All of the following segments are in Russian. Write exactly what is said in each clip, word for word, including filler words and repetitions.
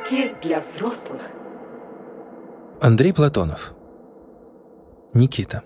Сказки для взрослых. Андрей Платонов. Никита.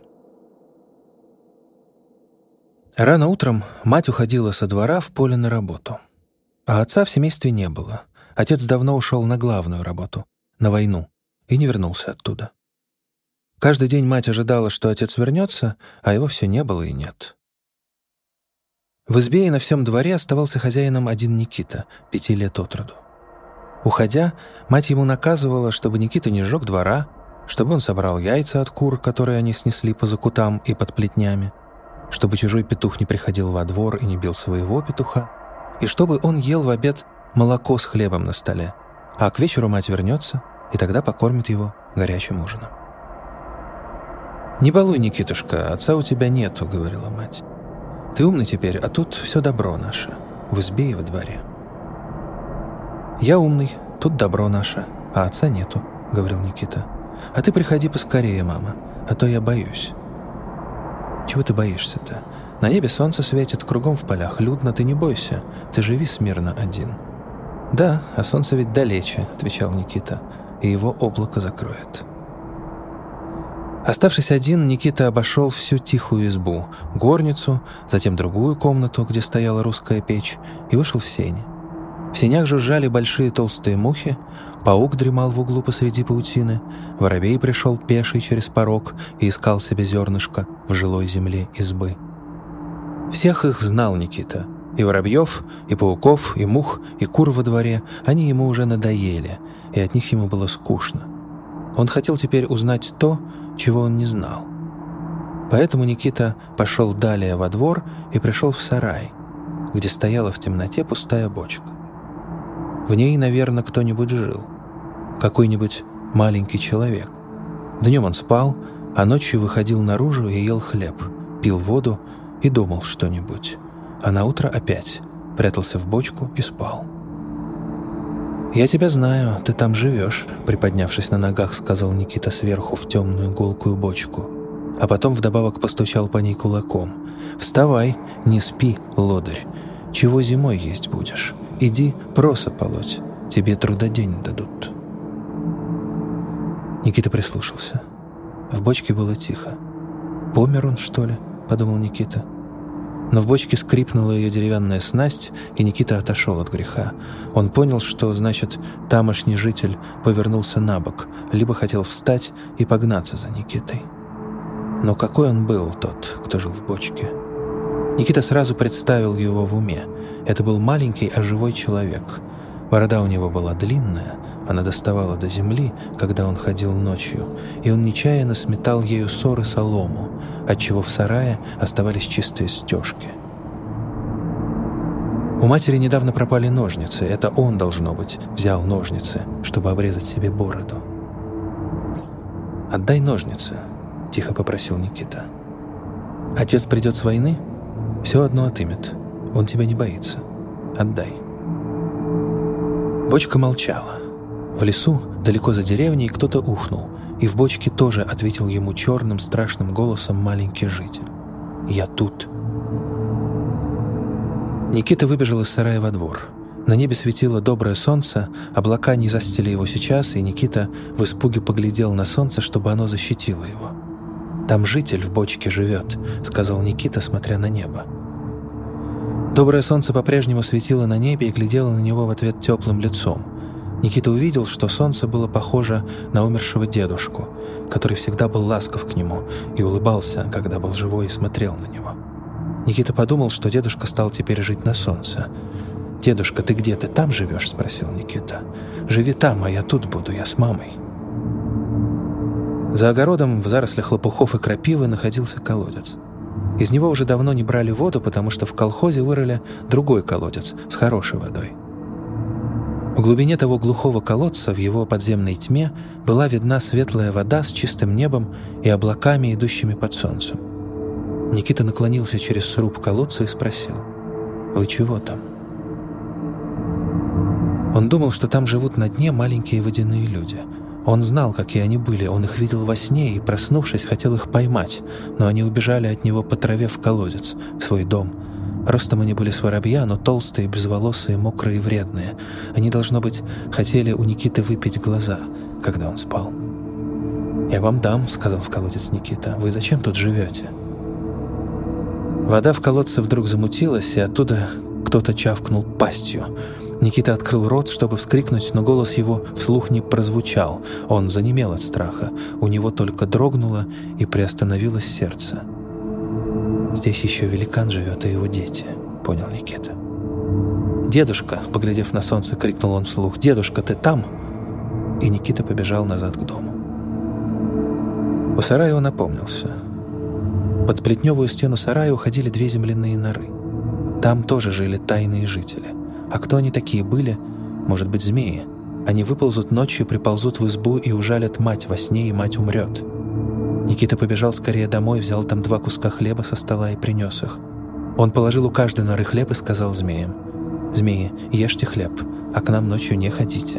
Рано утром мать уходила со двора в поле на работу. А отца в семействе не было. Отец давно ушел на главную работу, на войну, и не вернулся оттуда. Каждый день мать ожидала, что отец вернется, а его все не было и нет. В избе и на всем дворе оставался хозяином один Никита, пяти лет от роду. Уходя, мать ему наказывала, чтобы Никита не сжег двора, чтобы он собрал яйца от кур, которые они снесли по закутам и под плетнями, чтобы чужой петух не приходил во двор и не бил своего петуха, и чтобы он ел в обед молоко с хлебом на столе, а к вечеру мать вернется, и тогда покормит его горячим ужином. «Не балуй, Никитушка, отца у тебя нету», — говорила мать. «Ты умный теперь, а тут все добро наше, в избе и во дворе». «Я умный, тут добро наше, а отца нету», — говорил Никита. «А ты приходи поскорее, мама, а то я боюсь». «Чего ты боишься-то? На небе солнце светит, кругом в полях людно, ты не бойся, ты живи смирно один». «Да, а солнце ведь далече», — отвечал Никита, — «и его облако закроет». Оставшись один, Никита обошел всю тихую избу, горницу, затем другую комнату, где стояла русская печь, и вышел в сени. В сенях жужжали большие толстые мухи, паук дремал в углу посреди паутины, воробей пришел пеший через порог и искал себе зернышко в жилой земле избы. Всех их знал Никита. И воробьев, и пауков, и мух, и кур во дворе. Они ему уже надоели, и от них ему было скучно. Он хотел теперь узнать то, чего он не знал. Поэтому Никита пошел далее во двор и пришел в сарай, где стояла в темноте пустая бочка. В ней, наверное, кто-нибудь жил. Какой-нибудь маленький человек. Днем он спал, а ночью выходил наружу и ел хлеб, пил воду и думал что-нибудь. А на утро опять прятался в бочку и спал. «Я тебя знаю, ты там живешь», — приподнявшись на ногах, сказал Никита сверху в темную гулкую бочку. А потом вдобавок постучал по ней кулаком. «Вставай, не спи, лодырь. Чего зимой есть будешь? Иди проса полоть, тебе трудодень дадут». Никита прислушался. В бочке было тихо. «Помер он, что ли?» — подумал Никита. Но в бочке скрипнула ее деревянная снасть, и Никита отошел от греха. Он понял, что, значит, тамошний житель повернулся на бок, либо хотел встать и погнаться за Никитой. Но какой он был, тот, кто жил в бочке? Никита сразу представил его в уме. Это был маленький, а живой человек. Борода у него была длинная, она доставала до земли, когда он ходил ночью, и он нечаянно сметал ею сор и солому, отчего в сарае оставались чистые стежки. У матери недавно пропали ножницы. Это он, должно быть, взял ножницы, чтобы обрезать себе бороду. «Отдай ножницы», — тихо попросил Никита. «Отец придет с войны, все одно отымет. Он тебя не боится. Отдай». Бочка молчала. В лесу, далеко за деревней, кто-то ухнул, и в бочке тоже ответил ему черным страшным голосом маленький житель. «Я тут». Никита выбежал из сарая во двор. На небе светило доброе солнце, облака не застили его сейчас, и Никита в испуге поглядел на солнце, чтобы оно защитило его. «Там житель в бочке живет», — сказал Никита, смотря на небо. Доброе солнце по-прежнему светило на небе и глядело на него в ответ теплым лицом. Никита увидел, что солнце было похоже на умершего дедушку, который всегда был ласков к нему и улыбался, когда был живой и смотрел на него. Никита подумал, что дедушка стал теперь жить на солнце. «Дедушка, ты где? Ты там живешь?» — спросил Никита. «Живи там, а я тут буду, я с мамой». За огородом в зарослях лопухов и крапивы находился колодец. Из него уже давно не брали воду, потому что в колхозе вырыли другой колодец с хорошей водой. В глубине того глухого колодца, в его подземной тьме, была видна светлая вода с чистым небом и облаками, идущими под солнцем. Никита наклонился через сруб колодца и спросил: «Вы чего там?» Он думал, что там живут на дне маленькие водяные люди. Он знал, какие они были, он их видел во сне и, проснувшись, хотел их поймать, но они убежали от него по траве в колодец, в свой дом. Ростом они были с воробья, но толстые, безволосые, мокрые и вредные. Они, должно быть, хотели у Никиты выпить глаза, когда он спал. «Я вам дам», — сказал в колодец Никита. «Вы зачем тут живете?» Вода в колодце вдруг замутилась, и оттуда кто-то чавкнул пастью. Никита открыл рот, чтобы вскрикнуть, но голос его вслух не прозвучал. Он занемел от страха. У него только дрогнуло и приостановилось сердце. «Здесь еще великан живет и его дети», — понял Никита. «Дедушка!» — поглядев на солнце, крикнул он вслух. «Дедушка, ты там?» И Никита побежал назад к дому. У сарая он опомнился. Под плетневую стену сарая уходили две земляные норы. Там тоже жили тайные жители. А кто они такие были? Может быть, змеи? Они выползут ночью, приползут в избу и ужалят мать во сне, и мать умрет. Никита побежал скорее домой, взял там два куска хлеба со стола и принес их. Он положил у каждой норы хлеб и сказал змеям: «Змеи, ешьте хлеб, а к нам ночью не ходите».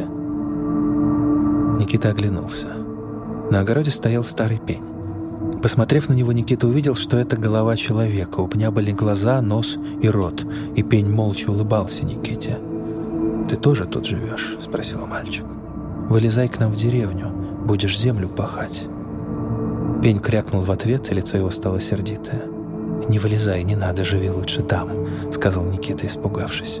Никита оглянулся. На огороде стоял старый пень. Посмотрев на него, Никита увидел, что это голова человека. У пня были глаза, нос и рот, и пень молча улыбался Никите. «Ты тоже тут живешь?» — спросил мальчик. «Вылезай к нам в деревню, будешь землю пахать». Пень крякнул в ответ, и лицо его стало сердитое. «Не вылезай, не надо, живи лучше там», — сказал Никита, испугавшись.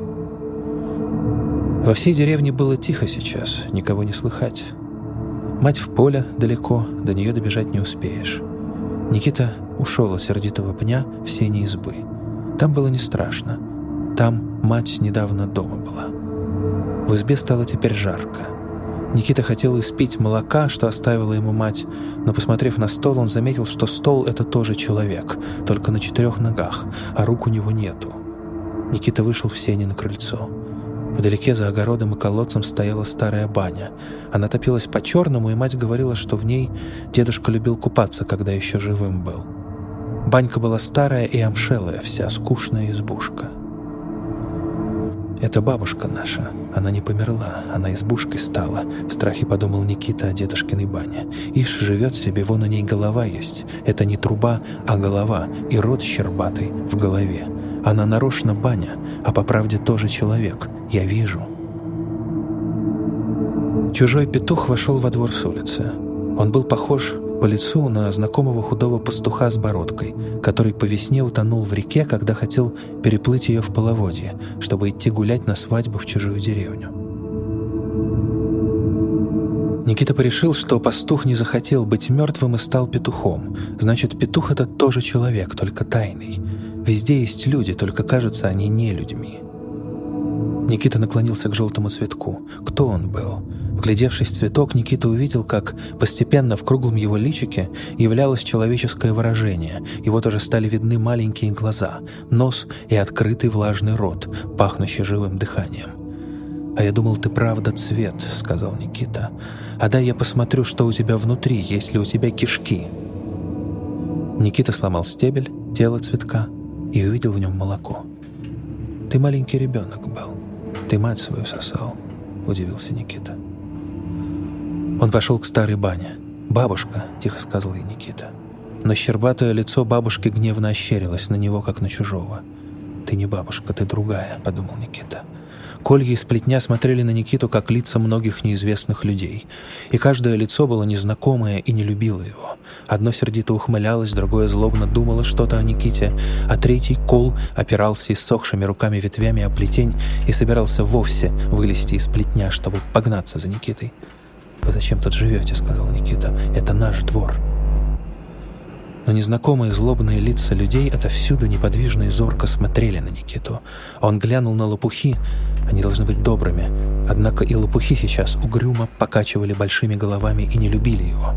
Во всей деревне было тихо сейчас, никого не слыхать. Мать в поле далеко, до нее добежать не успеешь. Никита ушел от сердитого пня в сени избы. Там было не страшно. Там мать недавно дома была. В избе стало теперь жарко. Никита хотел испить молока, что оставила ему мать, но, посмотрев на стол, он заметил, что стол — это тоже человек, только на четырех ногах, а рук у него нету. Никита вышел в сени на крыльцо. Вдалеке за огородом и колодцем стояла старая баня. Она топилась по-черному, и мать говорила, что в ней дедушка любил купаться, когда еще живым был. Банька была старая и обшелая вся, скучная избушка. «Это бабушка наша. Она не померла, она избушкой стала», — в страхе подумал Никита о дедушкиной бане. «Ишь, живет себе, вон у ней голова есть. Это не труба, а голова, и рот щербатый в голове. Она нарочно баня, а по правде тоже человек. Я вижу». Чужой петух вошел во двор с улицы. Он был похож по лицу на знакомого худого пастуха с бородкой, который по весне утонул в реке, когда хотел переплыть ее в половодье, чтобы идти гулять на свадьбу в чужую деревню. Никита порешил, что пастух не захотел быть мертвым и стал петухом. Значит, петух — это тоже человек, только тайный. Везде есть люди, только кажутся они не людьми. Никита наклонился к желтому цветку. Кто он был? Вглядевшись в цветок, Никита увидел, как постепенно в круглом его личике являлось человеческое выражение. Его тоже стали видны маленькие глаза, нос и открытый влажный рот, пахнущий живым дыханием. «А я думал, ты правда цвет», — сказал Никита. «А дай я посмотрю, что у тебя внутри, есть ли у тебя кишки». Никита сломал стебель, тело цветка, и увидел в нем молоко. «Ты маленький ребенок был. Ты мать свою сосал», — удивился Никита. Он пошел к старой бане. «Бабушка», — тихо сказал ей Никита. Но щербатое лицо бабушки гневно ощерилось на него, как на чужого. «Ты не бабушка, ты другая», — подумал Никита. Колья из плетня смотрели на Никиту, как лица многих неизвестных людей. И каждое лицо было незнакомое и не любило его. Одно сердито ухмылялось, другое злобно думало что-то о Никите, а третий, кол, опирался иссохшими руками ветвями о плетень и собирался вовсе вылезти из плетня, чтобы погнаться за Никитой. «Вы зачем тут живете?» — сказал Никита. «Это наш двор». Но незнакомые злобные лица людей отовсюду неподвижно и зорко смотрели на Никиту. Он глянул на лопухи, они должны быть добрыми, однако и лопухи сейчас угрюмо покачивали большими головами и не любили его.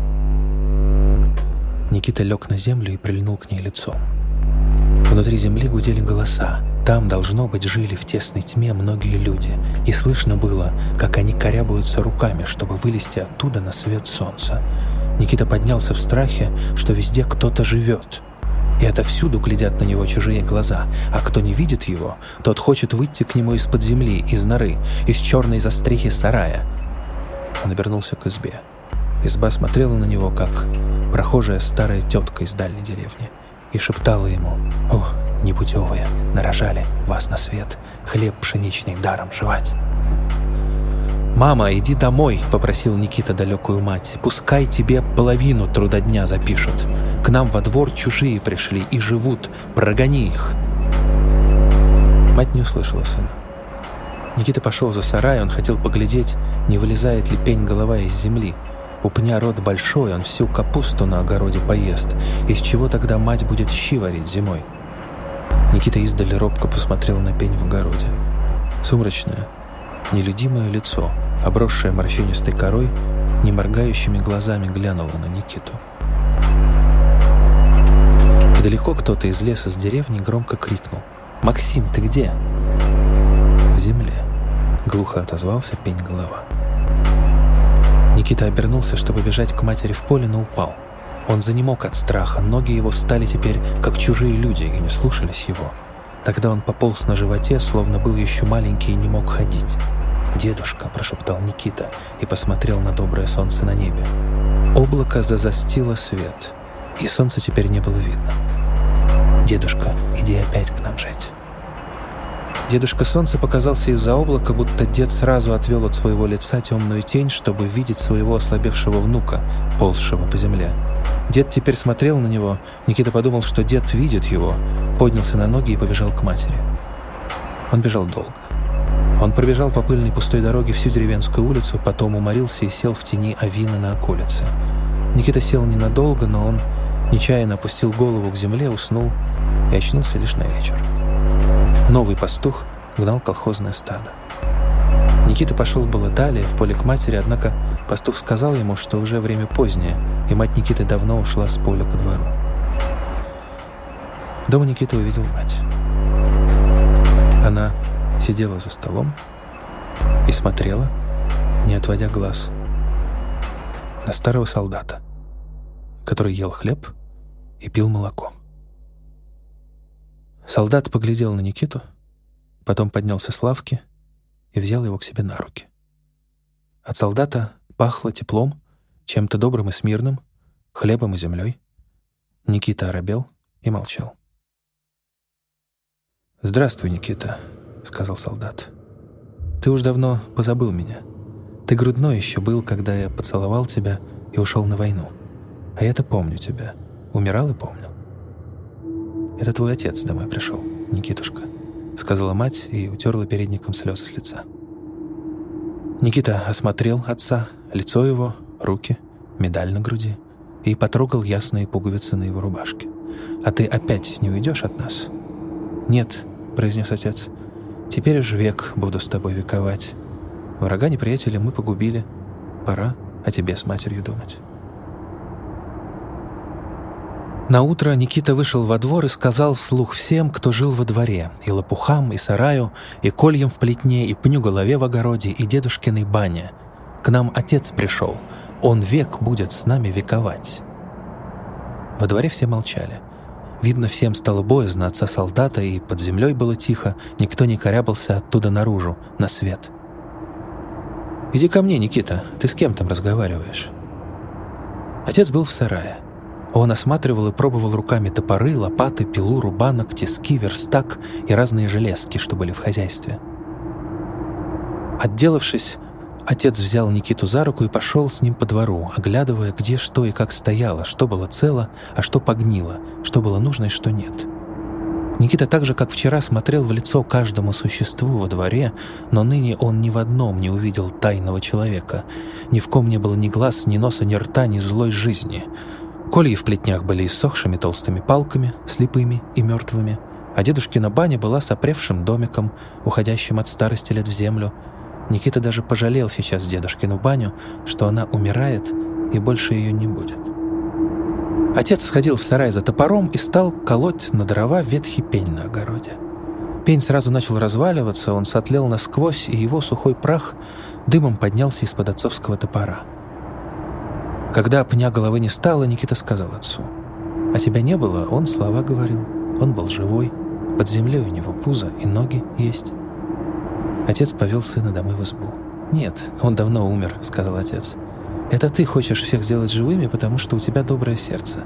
Никита лег на землю и прильнул к ней лицом. Внутри земли гудели голоса. Там, должно быть, жили в тесной тьме многие люди, и слышно было, как они корябаются руками, чтобы вылезти оттуда на свет солнца. Никита поднялся в страхе, что везде кто-то живет, и отовсюду глядят на него чужие глаза, а кто не видит его, тот хочет выйти к нему из-под земли, из норы, из черной застрехи сарая. Он обернулся к избе. Изба смотрела на него, как прохожая старая тетка из дальней деревни, и шептала ему: «О, непутевые, нарожали вас на свет, хлеб пшеничный даром жевать». «Мама, иди домой», — попросил Никита далекую мать. «Пускай тебе половину трудодня запишут. К нам во двор чужие пришли и живут. Прогони их». Мать не услышала сына. Никита пошел за сарай, он хотел поглядеть, не вылезает ли пень голова из земли. У пня рот большой, он всю капусту на огороде поест. Из чего тогда мать будет щи варить зимой? Никита издали робко посмотрел на пень в огороде. Сумрачное, нелюдимое лицо, обросшее морщинистой корой, не моргающими глазами глянуло на Никиту. И далеко кто-то из леса с деревни громко крикнул: «Максим, ты где?» «В земле», — глухо отозвался пень голова. Никита обернулся, чтобы бежать к матери в поле, но упал. Он занемог от страха, ноги его стали теперь как чужие люди и не слушались его. Тогда он пополз на животе, словно был еще маленький и не мог ходить. «Дедушка», — прошептал Никита и посмотрел на доброе солнце на небе. Облако зазастило свет, и солнца теперь не было видно. «Дедушка, иди опять к нам жить». Дедушка Солнце показался из-за облака, будто дед сразу отвел от своего лица темную тень, чтобы видеть своего ослабевшего внука, ползшего по земле. Дед теперь смотрел на него. Никита подумал, что дед видит его, поднялся на ноги и побежал к матери. Он бежал долго. Он пробежал по пыльной пустой дороге всю деревенскую улицу, потом уморился и сел в тени авины на околице. Никита сел ненадолго, но он нечаянно опустил голову к земле, уснул и очнулся лишь на вечер. Новый пастух гнал колхозное стадо. Никита пошел было далее, в поле к матери, однако пастух сказал ему, что уже время позднее, и мать Никиты давно ушла с поля ко двору. Дома Никита увидел мать. Она сидела за столом и смотрела, не отводя глаз, на старого солдата, который ел хлеб и пил молоко. Солдат поглядел на Никиту, потом поднялся с лавки и взял его к себе на руки. От солдата пахло теплом, чем-то добрым и смирным, хлебом и землей. Никита оробел и молчал. «Здравствуй, Никита», — сказал солдат. «Ты уж давно позабыл меня. Ты грудной еще был, когда я поцеловал тебя и ушел на войну. А я-то помню тебя. Умирал и помню». «Это твой отец домой пришел, Никитушка», — сказала мать и утерла передником слезы с лица. Никита осмотрел отца, лицо его, руки, медаль на груди и потрогал ясные пуговицы на его рубашке. «А ты опять не уйдешь от нас?» «Нет», — произнес отец, — «теперь уж век буду с тобой вековать. Врага неприятеля мы погубили. Пора о тебе с матерью думать». Наутро Никита вышел во двор и сказал вслух всем, кто жил во дворе, и лопухам, и сараю, и кольям в плетне, и пню голове в огороде, и дедушкиной бане: «К нам отец пришел, он век будет с нами вековать». Во дворе все молчали. Видно, всем стало боязно отца солдата, и под землей было тихо, никто не корябался оттуда наружу, на свет. «Иди ко мне, Никита, ты с кем там разговариваешь?» Отец был в сарае. Он осматривал и пробовал руками топоры, лопаты, пилу, рубанок, тиски, верстак и разные железки, что были в хозяйстве. Отделавшись, отец взял Никиту за руку и пошел с ним по двору, оглядывая, где что и как стояло, что было цело, а что погнило, что было нужно и что нет. Никита так же, как вчера, смотрел в лицо каждому существу во дворе, но ныне он ни в одном не увидел тайного человека. Ни в ком не было ни глаз, ни носа, ни рта, ни злой жизни. Колья в плетнях были иссохшими толстыми палками, слепыми и мертвыми, а дедушкина баня была с опревшим домиком, уходящим от старости лет в землю. Никита даже пожалел сейчас дедушкину баню, что она умирает и больше ее не будет. Отец сходил в сарай за топором и стал колоть на дрова ветхий пень на огороде. Пень сразу начал разваливаться, он сотлел насквозь, и его сухой прах дымом поднялся из-под отцовского топора. Когда пня головы не стало, Никита сказал отцу: «А тебя не было?» Он слова говорил, он был живой, под землей у него пузо и ноги есть. Отец повел сына домой в избу. «Нет, он давно умер», — сказал отец. «Это ты хочешь всех сделать живыми, потому что у тебя доброе сердце.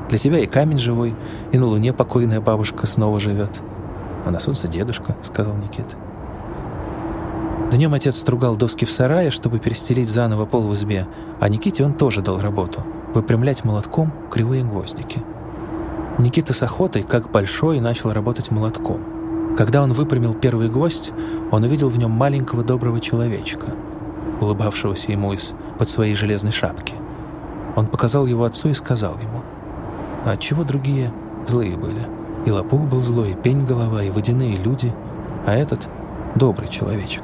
Для тебя и камень живой, и на Луне покойная бабушка снова живет. А на солнце дедушка, — сказал Никита. Днем отец стругал доски в сарае, чтобы перестелить заново пол в избе, а Никите он тоже дал работу — выпрямлять молотком кривые гвоздики. Никита с охотой, как большой, начал работать молотком. Когда он выпрямил первый гвоздь, он увидел в нем маленького доброго человечка, улыбавшегося ему из-под своей железной шапки. Он показал его отцу и сказал ему: «А отчего другие злые были? И лопух был злой, и пень голова, и водяные люди, а этот — добрый человечек».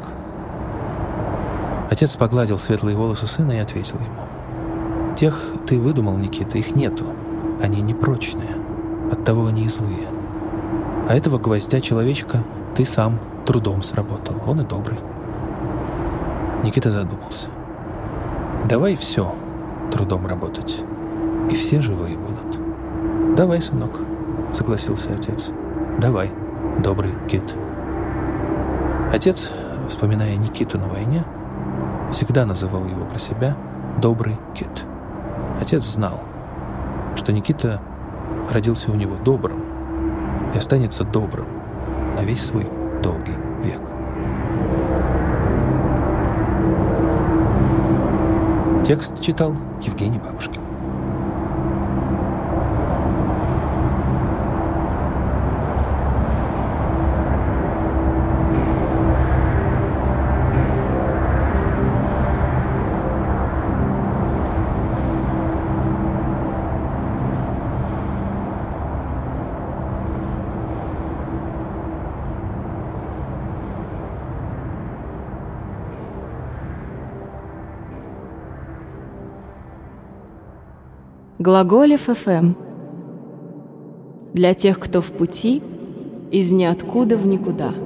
Отец погладил светлые волосы сына и ответил ему: «Тех ты выдумал, Никита, их нету. Они непрочные, оттого они и злые. А этого гвоздя человечка ты сам трудом сработал, он и добрый». Никита задумался. «Давай все трудом работать, и все живые будут». «Давай, сынок», — согласился отец. «Давай, добрый кит». Отец, вспоминая Никиту на войне, всегда называл его про себя «добрый кит». Отец знал, что Никита родился у него добрым и останется добрым на весь свой долгий век. Текст читал Евгений Бабушкин. Глаголев эф эм. Для тех, кто в пути, из ниоткуда в никуда.